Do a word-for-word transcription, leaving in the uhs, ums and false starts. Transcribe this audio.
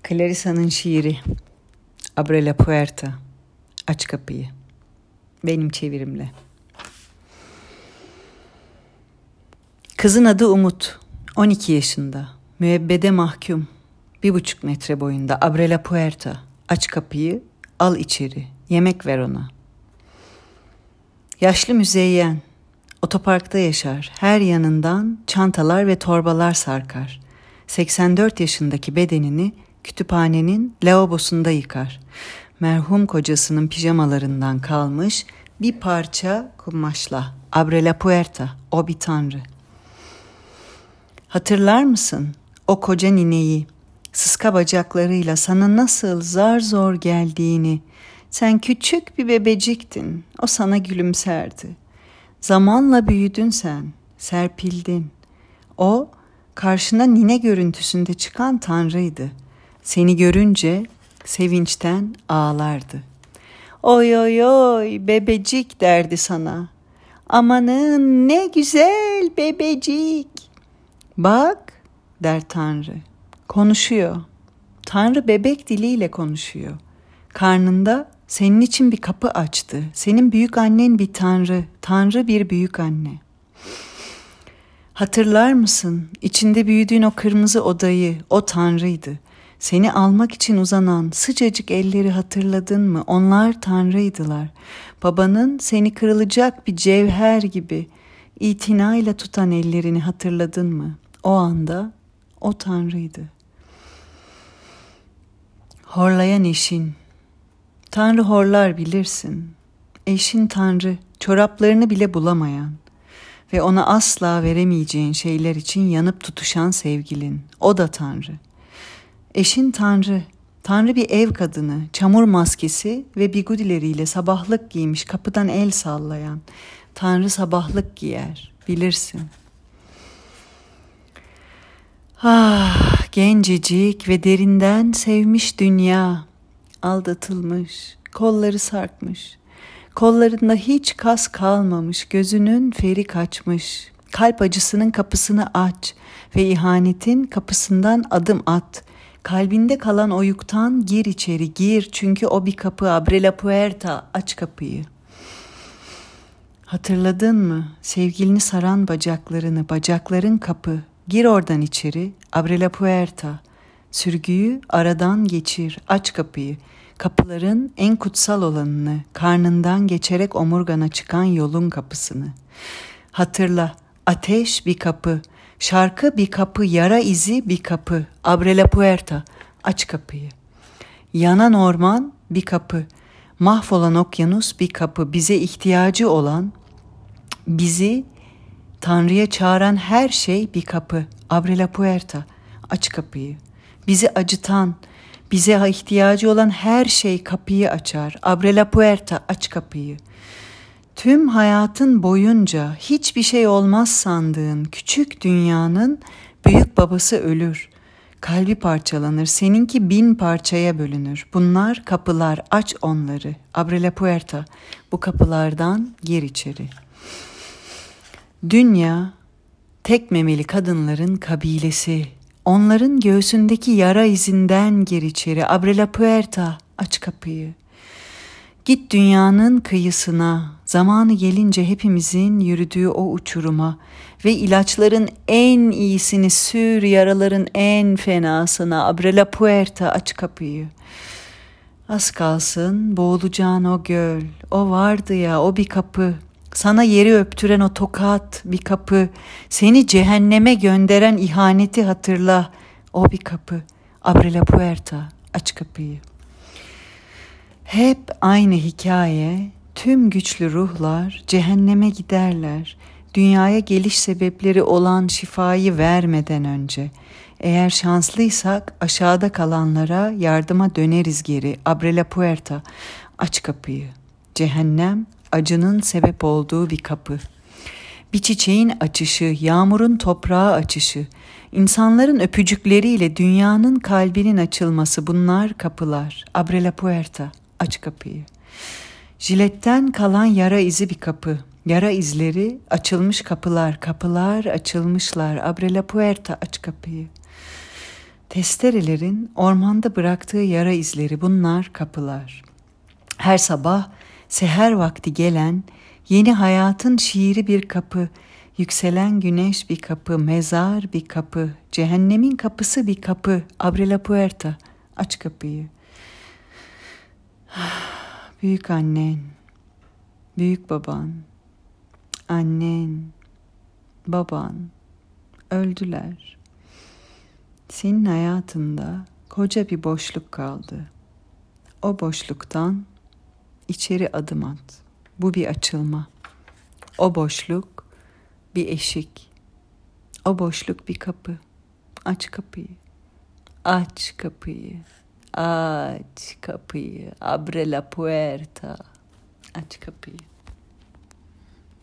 Clarissa'nın şiiri Abre la puerta, aç kapıyı. Benim çevirimle. Kızın adı Umut, on iki yaşında, müebbede mahkum, bir buçuk metre boyunda. Abre la puerta, aç kapıyı, al içeri, yemek ver ona. Yaşlı müzeyyen, otoparkta yaşar, her yanından çantalar ve torbalar sarkar. seksen dört yaşındaki bedenini kütüphanenin lavabosunda yıkar. Merhum kocasının pijamalarından kalmış bir parça kumaşla. Abre la puerta, o bir tanrı. Hatırlar mısın o koca nineyi, sıska bacaklarıyla sana nasıl zar zor geldiğini? Sen küçük bir bebeciktin, o sana gülümserdi. Zamanla büyüdün sen, serpildin. O, karşına nine görüntüsünde çıkan tanrıydı. Seni görünce sevinçten ağlardı. Oy oy oy bebecik derdi sana. Amanın ne güzel bebecik. Bak der Tanrı. Konuşuyor. Tanrı bebek diliyle konuşuyor. Karnında senin için bir kapı açtı. Senin büyük annen bir tanrı. Tanrı bir büyük anne. Hatırlar mısın? İçinde büyüdüğün o kırmızı odayı, o tanrıydı. Seni almak için uzanan sıcacık elleri hatırladın mı? Onlar tanrıydılar. Babanın seni kırılacak bir cevher gibi itinayla tutan ellerini hatırladın mı? O anda o tanrıydı. Horlayan eşin. Tanrı horlar bilirsin. Eşin tanrı, çoraplarını bile bulamayan ve ona asla veremeyeceğin şeyler için yanıp tutuşan sevgilin. O da tanrı. Eşin tanrı, tanrı bir ev kadını, çamur maskesi ve bigudileriyle sabahlık giymiş, kapıdan el sallayan. Tanrı sabahlık giyer, bilirsin. Ah, gencecik ve derinden sevmiş dünya, aldatılmış, kolları sarkmış. Kollarında hiç kas kalmamış, gözünün feri kaçmış. Kalp acısının kapısını aç ve ihanetin kapısından adım at. Kalbinde kalan oyuktan gir içeri, gir çünkü o bir kapı. Abre la puerta, aç kapıyı. Hatırladın mı sevgilini saran bacaklarını, bacakların kapı. Gir oradan içeri, abre la puerta. Sürgüyü aradan geçir, aç kapıyı. Kapıların en kutsal olanını, karnından geçerek omurgana çıkan yolun kapısını. Hatırla, ateş bir kapı, şarkı bir kapı, yara izi bir kapı. Abre la puerta, aç kapıyı. Yanan orman bir kapı, mahvolan okyanus bir kapı. Bize ihtiyacı olan, bizi Tanrı'ya çağıran her şey bir kapı. Abre la puerta, aç kapıyı. Bizi acıtan, bize ihtiyacı olan her şey kapıyı açar. Abre la puerta, aç kapıyı. Tüm hayatın boyunca hiçbir şey olmaz sandığın küçük dünyanın büyük babası ölür. Kalbi parçalanır, seninki bin parçaya bölünür. Bunlar kapılar, aç onları. Abre la puerta, bu kapılardan gir içeri. Dünya, tek memeli kadınların kabilesi. Onların göğsündeki yara izinden gir içeri. Abre la puerta, aç kapıyı. Git dünyanın kıyısına, zamanı gelince hepimizin yürüdüğü o uçuruma ve ilaçların en iyisini sür, yaraların en fenasına. Abre la puerta, aç kapıyı. Az kalsın boğulacağın o göl, o vardı ya, o bir kapı. Sana yeri öptüren o tokat bir kapı. Seni cehenneme gönderen ihaneti hatırla. O bir kapı. Abre la puerta, aç kapıyı. Hep aynı hikaye. Tüm güçlü ruhlar cehenneme giderler. Dünyaya geliş sebepleri olan şifayı vermeden önce. Eğer şanslıysak aşağıda kalanlara yardıma döneriz geri. Abre la puerta, aç kapıyı. Cehennem acının sebep olduğu bir kapı. Bir çiçeğin açışı, yağmurun toprağa açışı, insanların öpücükleriyle dünyanın kalbinin açılması, bunlar kapılar. Abre la puerta, aç kapıyı. Jiletten kalan yara izi bir kapı. Yara izleri, açılmış kapılar, kapılar açılmışlar. Abre la puerta, aç kapıyı. Testerelerin ormanda bıraktığı yara izleri, bunlar kapılar. Her sabah seher vakti gelen yeni hayatın şiiri bir kapı, yükselen güneş bir kapı, mezar bir kapı, cehennemin kapısı bir kapı. Abre la puerta, aç kapıyı. Büyük annen, büyük baban, annen, baban öldüler. Senin hayatında koca bir boşluk kaldı. O boşluktan içeri adım at. Bu bir açılma. O boşluk bir eşik. O boşluk bir kapı. Aç kapıyı. Aç kapıyı. Aç kapıyı. Abre la puerta. Aç kapıyı.